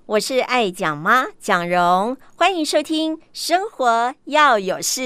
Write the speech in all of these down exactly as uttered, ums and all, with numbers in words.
我是爱讲妈蒋蓉，欢迎收听《生活要有事》。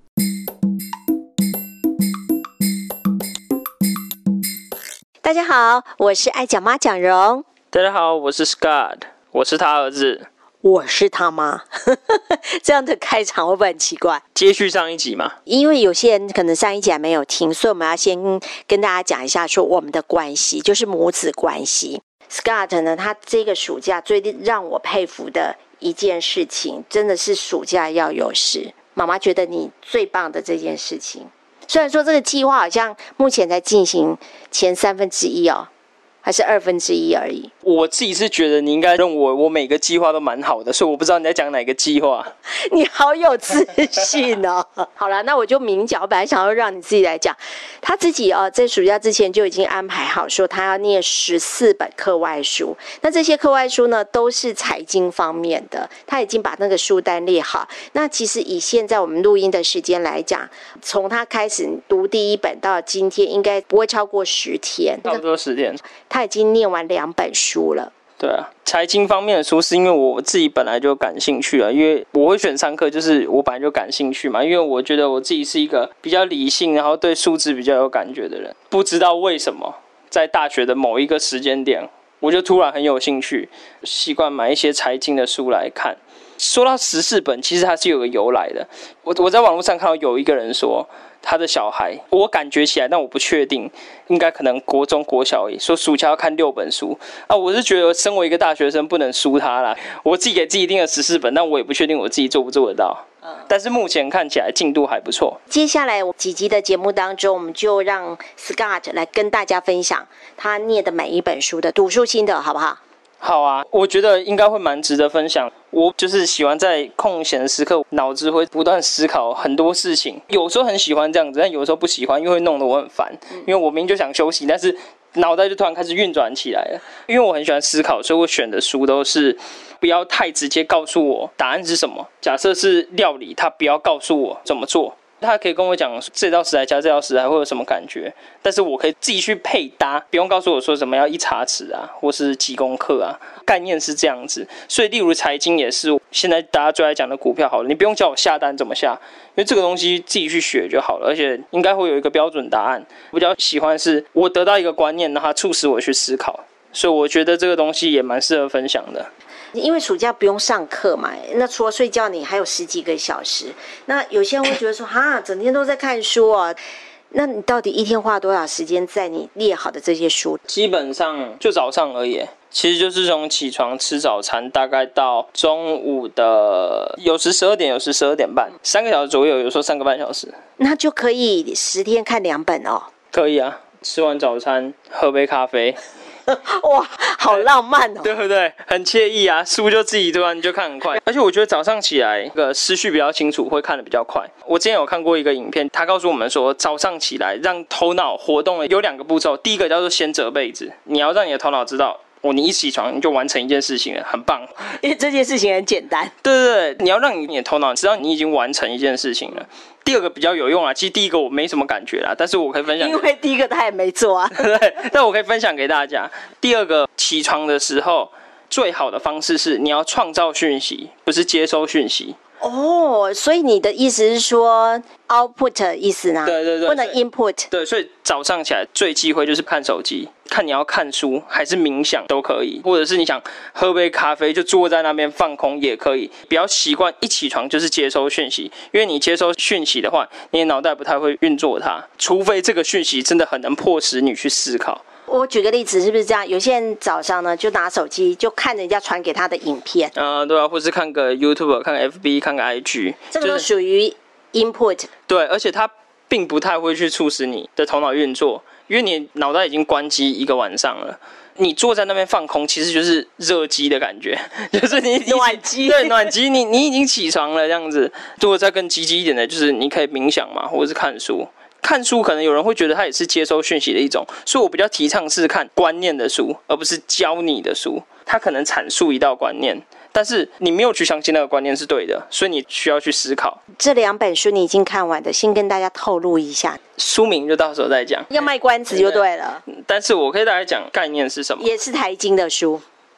大家好，我是爱讲妈蒋蓉。 大家好，我是 Scott， 我是他儿子。 我是他妈，这样的开场会不会很奇怪？ 接续上一集嘛， 因为有些人可能上一集还没有听，所以我们要先跟大家讲一下，说我们的关系就是母子关系。Scott 呢，他这个暑假最让我佩服的一件事情，真的是暑假要有事。妈妈觉得你最棒的这件事情，虽然说这个计划好像目前才进行前三分之一哦。还是二分之一而已。 我自己是觉得你应该认为我每个计划都蛮好的，所以我不知道你在讲哪个计划。 你好有自信哦！好了，那我就明讲。我本来想要让你自己来讲，他自己哦，在暑假之前就已经安排好，说他要念十四本课外书。那这些课外书呢，都是财经方面的，他已经把那个书单列好。那其实以现在我们录音的时间来讲，从他开始读第一本到今天，应该不会超过十天， 差不多十天。 他已经念完两本书了。 对啊，财经方面的书是因为我自己本来就感兴趣啊，因为我会选上课，就是我本来就感兴趣嘛。因为我觉得我自己是一个比较理性，然后对数字比较有感觉的人。不知道为什么，在大学的某一个时间点，我就突然很有兴趣，习惯买一些财经的书来看。说到十四本，其实它是有个由来的。我我在网络上看到有一个人说，他的小孩，我感觉起来，但我不确定，应该可能国中国小而已，说暑假要看六本书啊。我是觉得身为一个大学生不能输他啦，我自己给自己定了十四本，但我也不确定我自己做不做得到。但是目前看起来进度还不错。 接下来几集的节目当中，我们就让 Scott 来跟大家分享他念的每一本书的读书心得，好不好？ 好啊，我觉得应该会蛮值得分享。我就是喜欢在空闲的时刻，脑子会不断思考很多事情。有时候很喜欢这样子，但有时候不喜欢，因为会弄得我很烦。因为我明明就想休息，但是脑袋就突然开始运转起来了。因为我很喜欢思考，所以我选的书都是不要太直接告诉我答案是什么。假设是料理，他不要告诉我怎么做。他可以跟我讲这道食材加这道食材会有什么感觉，但是我可以自己去配搭，不用告诉我说什么要一茶匙啊，或是几公克啊，概念是这样子。所以例如财经也是，现在大家最爱讲的股票好了，你不用叫我下单怎么下，因为这个东西自己去学就好了，而且应该会有一个标准答案。我比较喜欢是我得到一个观念，让它促使我去思考，所以我觉得这个东西也蛮适合分享的。 因为暑假不用上课嘛，那除了睡觉你还有十几个小时。那有些人会觉得说哈，整天都在看书哦，那你到底一天花多少时间在你列好的这些书？ 基本上就早上而已，其实就是从起床吃早餐大概到中午的有时十二点有时十二点半，三个小时左右，有时候三个半小时。 那就可以十天看两本哦。 可以啊，吃完早餐喝杯咖啡哇，好浪漫哦， 对不对？很惬意啊，书就自己读完就看很快。而且我觉得早上起来那个思绪比较清楚，会看得比较快。我之前有看过一个影片，他告诉我们说，早上起来让头脑活动有两个步骤，第一个叫做先折被子，你要让你的头脑知道哦，你一起床你就完成一件事情了，很棒。 因为这件事情很简单。 对对对，你要让你的头脑知道你已经完成一件事情了。第二个比较有用啊，其实第一个我没什么感觉啦，但是我可以分享。 因为第一个他也没做啊。 对，但我可以分享给大家。第二个，起床的时候最好的方式是你要创造讯息，不是接收讯息。 哦，所以你的意思是说 output 意思呢？ 对对对， 不能 input。 对，所以早上起来最忌讳就是看手机，看你要看书还是冥想都可以，或者是你想喝杯咖啡就坐在那边放空也可以。不要习惯一起床就是接收讯息，因为你接收讯息的话，你的脑袋不太会运作它，除非这个讯息真的很能迫使你去思考。 我举个例子，是不是这样？有些人早上呢就拿手机就看人家传给他的影片， 呃，对啊，或是看个 YouTube、看个 F B、看个 I G， 这个都属于 input。 对，而且它并不太会去促使你的头脑运作，因为你脑袋已经关机一个晚上了。你坐在那边放空，其实就是热机的感觉，就是你暖机， 对，暖机，你你已经起床了这样子。如果再更积极一点的，就是你可以冥想嘛，或者是看书。看书可能有人会觉得它也是接收讯息的一种，所以我比较提倡是看观念的书，而不是教你的书。它可能阐述一道观念，但是你没有去相信那个观念是对的，所以你需要去思考。 这两本书你已经看完的，先跟大家透露一下， 书名就到时候再讲， 要卖关子就对了。 但是我可以大概讲概念是什么， 也是财经的书。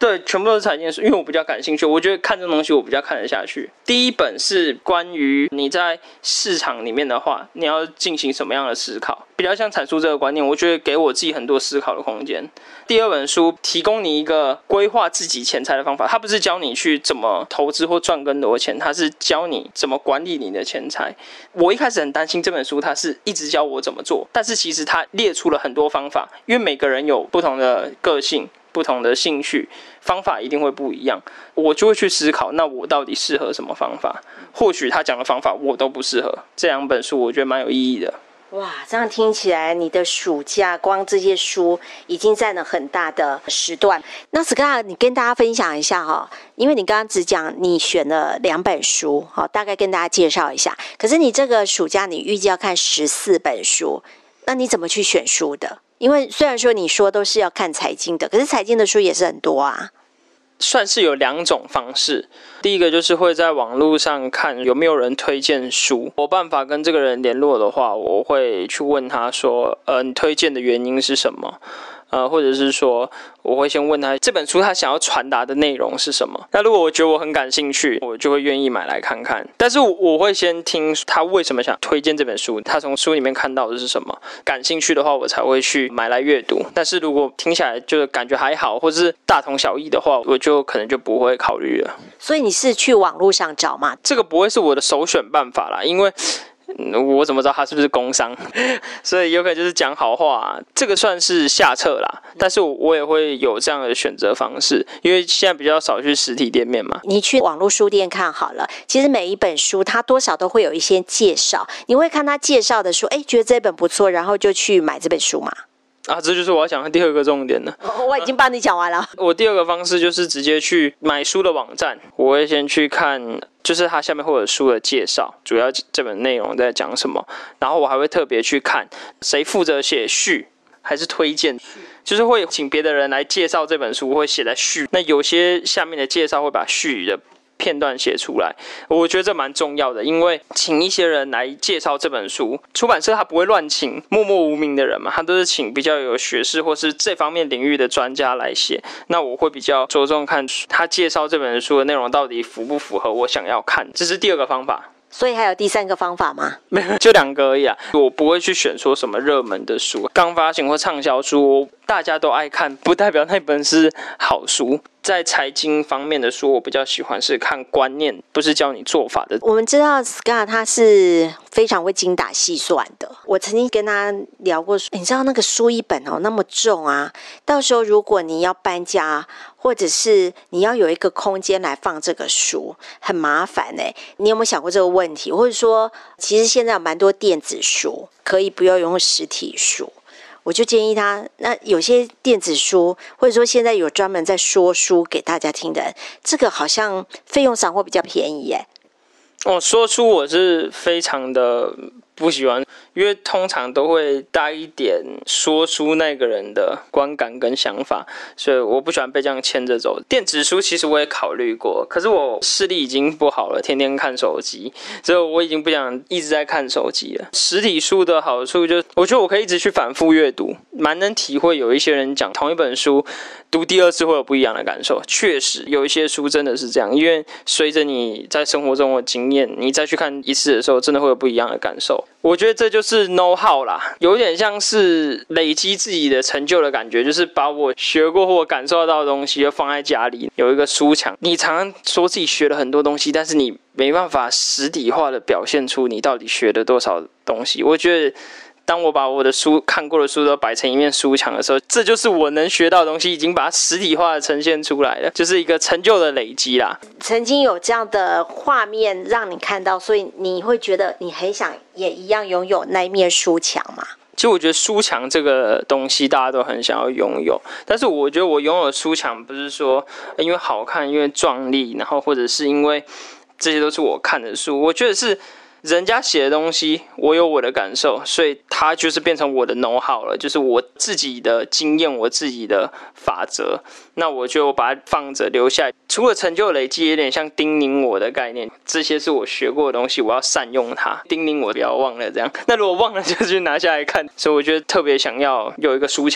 对，全部都是财经的书，因为我比较感兴趣，我觉得看这种东西我比较看得下去。第一本是关于你在市场里面的话，你要进行什么样的思考，比较像阐述这个观念，我觉得给我自己很多思考的空间。第二本书提供你一个规划自己钱财的方法，它不是教你去怎么投资或赚更多钱，它是教你怎么管理你的钱财。我一开始很担心这本书它是一直教我怎么做，但是其实它列出了很多方法，因为每个人有不同的个性，不同的兴趣，方法一定会不一样，我就会去思考，那我到底适合什么方法？或许他讲的方法我都不适合。这两本书我觉得蛮有意义的。 哇，这样听起来你的暑假光这些书已经占了很大的时段。那 Scar， 你跟大家分享一下哈，因为你刚刚只讲你选了两本书，好，大概跟大家介绍一下。可是你这个暑假你预计要看十四本书，那你怎么去选书的？因为虽然说你说都是要看财经的，可是财经的书也是很多啊。 算是有两种方式，第一个就是会在网络上看有没有人推荐书，我有办法跟这个人联络的话，我会去问他说，呃，你推荐的原因是什么？呃，或者是说，我会先问他这本书他想要传达的内容是什么。那如果我觉得我很感兴趣，我就会愿意买来看看。但是我会先听他为什么想推荐这本书，他从书里面看到的是什么。感兴趣的话，我才会去买来阅读。但是如果听起来就感觉还好，或者是大同小异的话，我就可能就不会考虑了。 所以你是去网络上找吗？ 这个不会是我的首选办法啦，因为我怎么知道他是不是工商？所以有可能就是讲好话、啊，这个算是下策啦。但是我也会有这样的选择方式，因为现在比较少去实体店面嘛。 你去网络书店看好了，其实每一本书它多少都会有一些介绍，你会看他介绍的书，哎，觉得这本不错，然后就去买这本书嘛。 啊，这就是我要讲的第二个重点了。 哦、我已经帮你讲完了。 我第二个方式就是直接去买书的网站，我会先去看，就是它下面会有书的介绍，主要这本内容在讲什么，然后我还会特别去看谁负责写序还是推荐，就是会请别的人来介绍这本书，会写在序。那有些下面的介绍会把序的片段写出来，我觉得这蛮重要的，因为请一些人来介绍这本书，出版社他不会乱请默默无名的人嘛，他都是请比较有学识或是这方面领域的专家来写。那我会比较着重看他介绍这本书的内容到底符不符合我想要看，这是第二个方法。 所以还有第三个方法吗？ 没有，就两个而已啊。我不会去选说什么热门的书，刚发行或畅销书，大家都爱看，不代表那本是好书。在财经方面的书，我比较喜欢是看观念，不是教你做法的。 我们知道 Scar 他是非常会精打细算的。我曾经跟他聊过，你知道那个书一本哦那么重啊，到时候如果你要搬家，或者是你要有一个空间来放这个书，很麻烦哎。你有没有想过这个问题？或者说，其实现在有蛮多电子书，可以不要用实体书。我就建议他，那有些电子书，或者说现在有专门在说书给大家听的人，这个好像费用上会比较便宜耶。 哦，说书我是非常的不喜欢，因为通常都会带一点说书那个人的观感跟想法，所以我不喜欢被这样牵着走。电子书其实我也考虑过，可是我视力已经不好了，天天看手机，所以我已经不想一直在看手机了。实体书的好处就是，我觉得我可以一直去反复阅读，蛮能体会有一些人讲同一本书读第二次会有不一样的感受。确实有一些书真的是这样，因为随着你在生活中的经验，你再去看一次的时候，真的会有不一样的感受。我觉得这就是 know how 啦，有点像是累积自己的成就的感觉，就是把我学过或感受到的东西放在家里，有一个书墙。你常常说自己学了很多东西，但是你没办法实体化的表现出你到底学了多少东西。我觉得当我把我的书看过的书都摆成一面书墙的时候，这就是我能学到的东西，已经把它实体化的呈现出来了，就是一个成就的累积啦。 曾经有这样的画面让你看到，所以你会觉得你很想也一样拥有那一面书墙吗？ 其实我觉得书墙这个东西大家都很想要拥有，但是我觉得我拥有书墙不是说因为好看，因为壮丽，然后或者是因为这些都是我看的书，我觉得是人家写的东西，我有我的感受，所以它就是变成我的 know how 了，就是我自己的经验，我自己的法则。那我就把它放着留下来，除了成就累积，有点像叮咛我的概念。这些是我学过的东西，我要善用它，叮咛我不要忘了这样。那如果忘了，就去拿下来看。所以我觉得特别想要有一个书墙。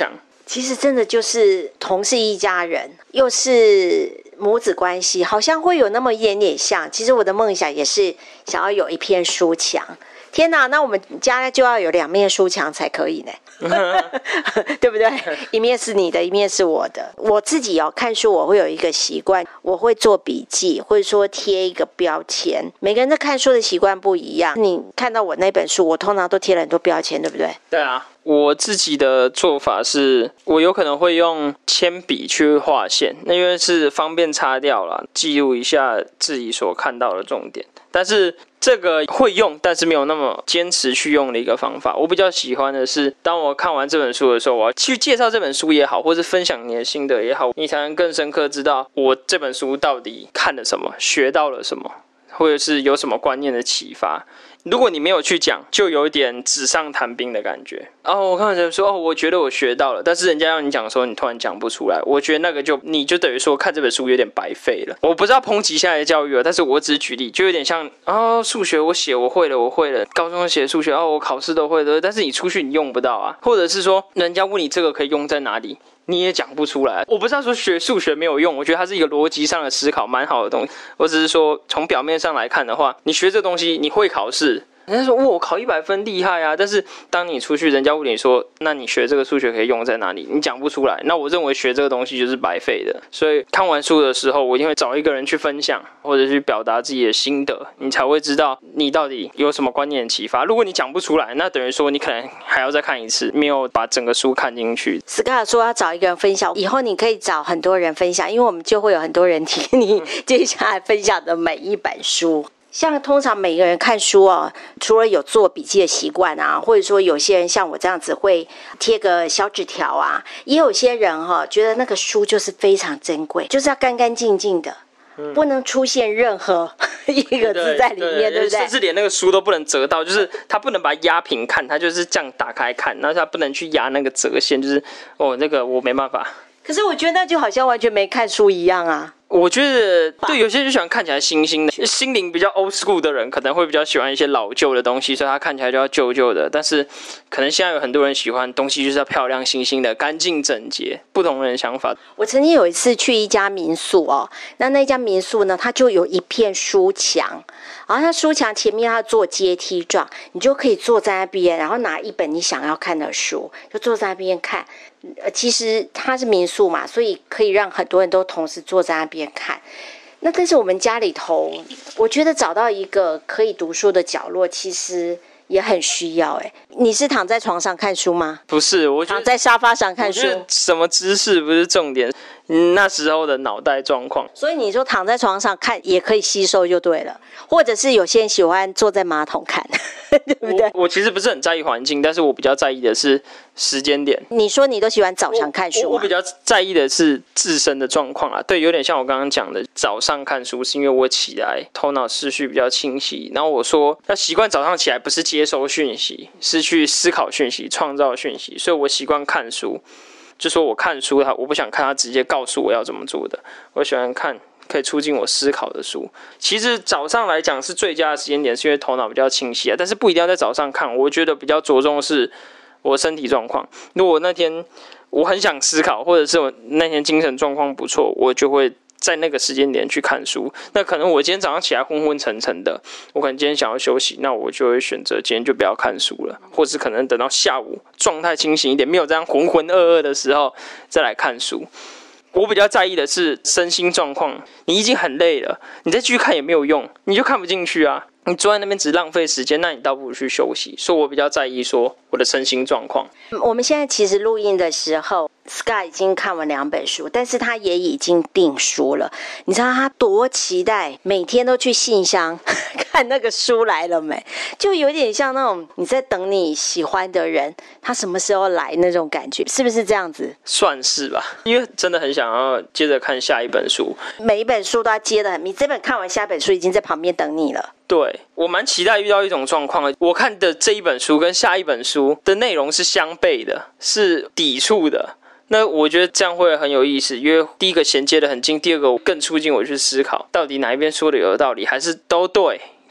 其实真的就是同是一家人，又是母子关系，好像会有那么一点点像。其实我的梦想也是想要有一片书墙。天哪，那我们家就要有两面书墙才可以呢。对不对？一面是你的，一面是我的。我自己哦，看书我会有一个习惯，我会做笔记，或者说贴一个标签。每个人的看书的习惯不一样。你看到我那本书，我通常都贴了很多标签，对不对？ 对啊，我自己的做法是，我有可能会用铅笔去画线，那因为是方便擦掉啦，记录一下自己所看到的重点。但是这个会用，但是没有那么坚持去用的一个方法。我比较喜欢的是，当我看完这本书的时候，我要去介绍这本书也好，或是分享你的心得也好，你才能更深刻知道我这本书到底看了什么，学到了什么，或者是有什么观念的启发。如果你没有去讲，就有点纸上谈兵的感觉。哦，我看人说，哦，我觉得我学到了，但是人家要你讲的时候，你突然讲不出来。我觉得那个就你就等于说看这本书有点白费了。我不是要抨击现在的教育了，但是我只是举例，就有点像哦，数学我写我会了，我会了，高中写数学哦，我考试都会的，但是你出去你用不到啊，或者是说人家问你这个可以用在哪里，你也讲不出来。我不是要说学数学没有用，我觉得它是一个逻辑上的思考，蛮好的东西。我只是说从表面上来看的话，你学这东西，你会考试。人家说哇，考一百分厉害啊！但是当你出去，人家问你说，那你学这个数学可以用在哪里？你讲不出来。那我认为学这个东西就是白费的。所以看完书的时候，我一定会找一个人去分享，或者去表达自己的心得，你才会知道你到底有什么观念的启发。如果你讲不出来，那等于说你可能还要再看一次，没有把整个书看进去。 Scott 说要找一个人分享，以后你可以找很多人分享，因为我们就会有很多人听你接下来分享的每一本书。像通常每个人看书哦，除了有做笔记的习惯啊，或者说有些人像我这样子会贴个小纸条啊，也有些人哈、哦、觉得那个书就是非常珍贵，就是要干干净净的，嗯、不能出现任何一个字在里面， 对, 对, 对不对？ 甚至连那个书都不能折到，就是他不能把它压平看，他就是这样打开看，然后他不能去压那个折线，就是哦那个我没办法。 可是我觉得那就好像完全没看书一样啊。 我觉得对有些人就喜欢看起来新新的，心灵比较 old school 的人可能会比较喜欢一些老旧的东西，所以他看起来就要旧旧的。但是可能现在有很多人喜欢东西就是要漂亮新新的，干净整洁，不同人的想法。 我曾经有一次去一家民宿哦，那那家民宿呢，它就有一片书墙，然后它书墙前面它做阶梯状，你就可以坐在那边，然后拿一本你想要看的书，就坐在那边看。呃，其实它是民宿嘛，所以可以让很多人都同时坐在那边看。那但是我们家里头，我觉得找到一个可以读书的角落，其实也很需要。哎，你是躺在床上看书吗？ 不是，我觉得躺在沙发上看书。 我觉得什么姿势不是重点，那时候的脑袋状况。 所以你说躺在床上看也可以吸收就对了，或者是有些人喜欢坐在马桶看，对不对？ 我, 我其实不是很在意环境，但是我比较在意的是时间点。 你说你都喜欢早上看书、啊、 我, 我比较在意的是自身的状况啊，对，有点像我刚刚讲的，早上看书是因为我起来头脑思绪比较清晰，然后我说要习惯早上起来不是接收讯息，是去思考讯息、创造讯息，所以我习惯看书。就说我看书，我不想看他直接告诉我要怎么做的，我喜欢看可以促进我思考的书。其实早上来讲是最佳的时间点，是因为头脑比较清晰啊，但是不一定要在早上看。我觉得比较着重的是我身体状况。如果那天我很想思考，或者是我那天精神状况不错，我就会在那个时间点去看书。那可能我今天早上起来昏昏沉沉的，我可能今天想要休息，那我就会选择今天就不要看书了，或是可能等到下午状态清醒一点，没有这样浑浑噩噩的时候再来看书。我比较在意的是身心状况，你已经很累了，你再继续看也没有用，你就看不进去啊，你坐在那边只浪费时间，那你倒不如去休息。所以我比较在意说我的身心状况。 我们现在其实录音的时候，Scott 已经看完两本书，但是他也已经订书了。你知道他多期待，每天都去信箱看那个书来了没，就有点像那种你在等你喜欢的人，他什么时候来那种感觉，是不是这样子？ 算是吧，因为真的很想要接着看下一本书， 每一本书都要接得很密，这本看完，下一本书已经在旁边等你了。 对，我蛮期待遇到一种状况，我看的这一本书跟下一本书的内容是相悖的，是抵触的。那我觉得这样会很有意思，因为第一个衔接的很近，第二个更促进我去思考，到底哪一边说的有道理，还是都对，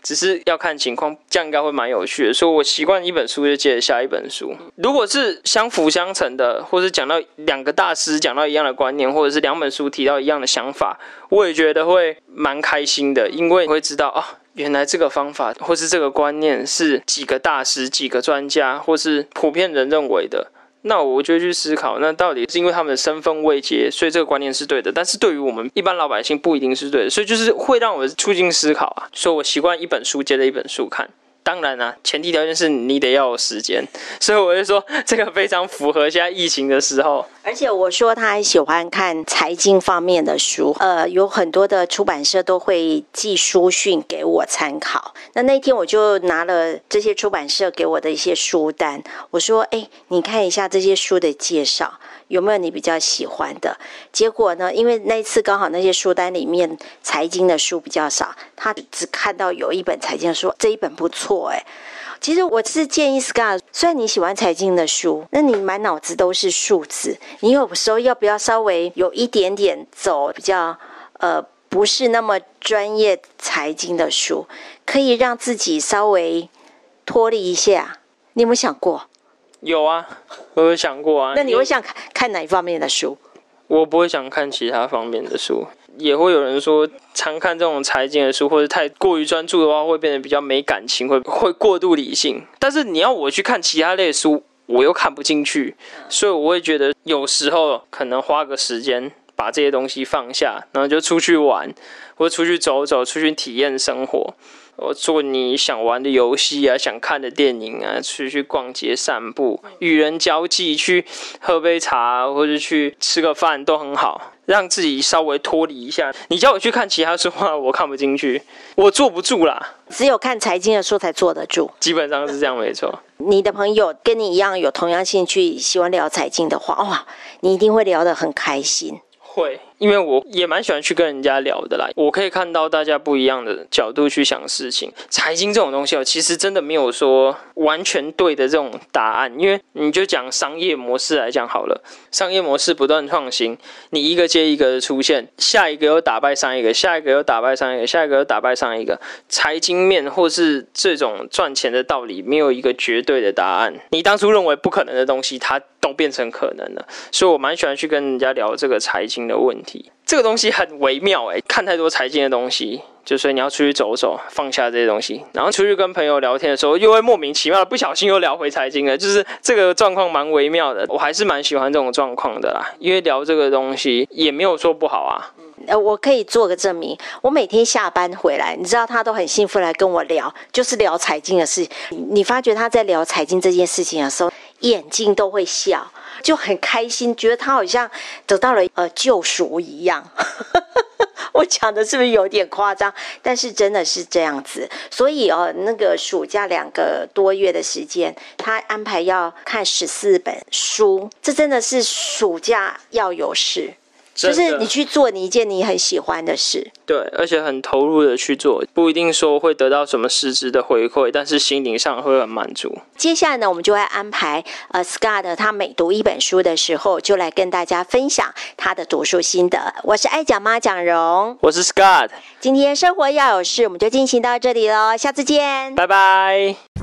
只是要看情况，这样应该会蛮有趣的。所以我习惯一本书就接着下一本书。如果是相辅相成的，或是讲到两个大师讲到一样的观念，或者是两本书提到一样的想法，我也觉得会蛮开心的，因为会知道啊，原来这个方法或是这个观念是几个大师、几个专家或是普遍人认为的。那我就会去思考，那到底是因为他们的身份位阶，所以这个观念是对的，但是对于我们一般老百姓不一定是对的，所以就是会让我促进思考啊。所以我习惯一本书接着一本书看。当然啊，前提条件是你得要有时间，所以我就说这个非常符合现在疫情的时候。 而且我说他还喜欢看财经方面的书，呃，有很多的出版社都会寄书讯给我参考。那那天我就拿了这些出版社给我的一些书单，我说：“哎，你看一下这些书的介绍，有没有你比较喜欢的？”结果呢，因为那一次刚好那些书单里面财经的书比较少，他只看到有一本财经的书，这一本不错哎。其实我是建议 Scott， 虽然你喜欢财经的书，那你满脑子都是数字，你有时候要不要稍微有一点点走比较呃不是那么专业财经的书，可以让自己稍微脱离一下？你有没有想过？ 有啊，我有想过啊。 那你会想看看哪一方面的书？ 我不会想看其他方面的书。也会有人说，常看这种财经的书，或者太过于专注的话，会变得比较没感情，会会过度理性。但是你要我去看其他类的书，我又看不进去，所以我会觉得有时候可能花个时间把这些东西放下，然后就出去玩，或者出去走走，出去体验生活。我做你想玩的游戏啊，想看的电影啊，去去逛街散步，与人交际，去喝杯茶或者去吃个饭都很好，让自己稍微脱离一下。你叫我去看其他书啊，我看不进去，我坐不住啦。 只有看财经的书才坐得住， 基本上是这样，没错。 你的朋友跟你一样有同样兴趣，喜欢聊财经的话，哇，你一定会聊得很开心。 会，因为我也蛮喜欢去跟人家聊的啦，我可以看到大家不一样的角度去想事情。财经这种东西其实真的没有说完全对的这种答案，因为你就讲商业模式来讲好了，商业模式不断创新，你一个接一个的出现，下一个又打败上一个，下一个又打败上一个，下一个又打败上一个。财经面或是这种赚钱的道理，没有一个绝对的答案。你当初认为不可能的东西，它都变成可能了。所以我蛮喜欢去跟人家聊这个财经的问题。这个东西很微妙哎，看太多财经的东西，就所以你要出去走走，放下这些东西，然后出去跟朋友聊天的时候，又会莫名其妙的不小心又聊回财经了，就是这个状况蛮微妙的。我还是蛮喜欢这种状况的啦，因为聊这个东西也没有说不好啊。 呃，我可以做个证明。我每天下班回来，你知道他都很幸福来跟我聊，就是聊财经的事情。你发觉他在聊财经这件事情的时候，眼睛都会笑，就很开心，觉得他好像得到了呃救赎一样。我讲的是不是有点夸张？但是真的是这样子。所以哦，那个暑假两个多月的时间，他安排要看十四本书，这真的是暑假要有事。就是你去做你一件你很喜欢的事， 对，而且很投入的去做，不一定说会得到什么实质的回馈，但是心灵上会很满足。 接下来呢，我们就会安排呃 Scott 他每读一本书的时候，就来跟大家分享他的读书心得。我是爱讲妈蒋蓉， 我是 Scott， 今天生活要有事，我们就进行到这里咯，下次见， 拜拜。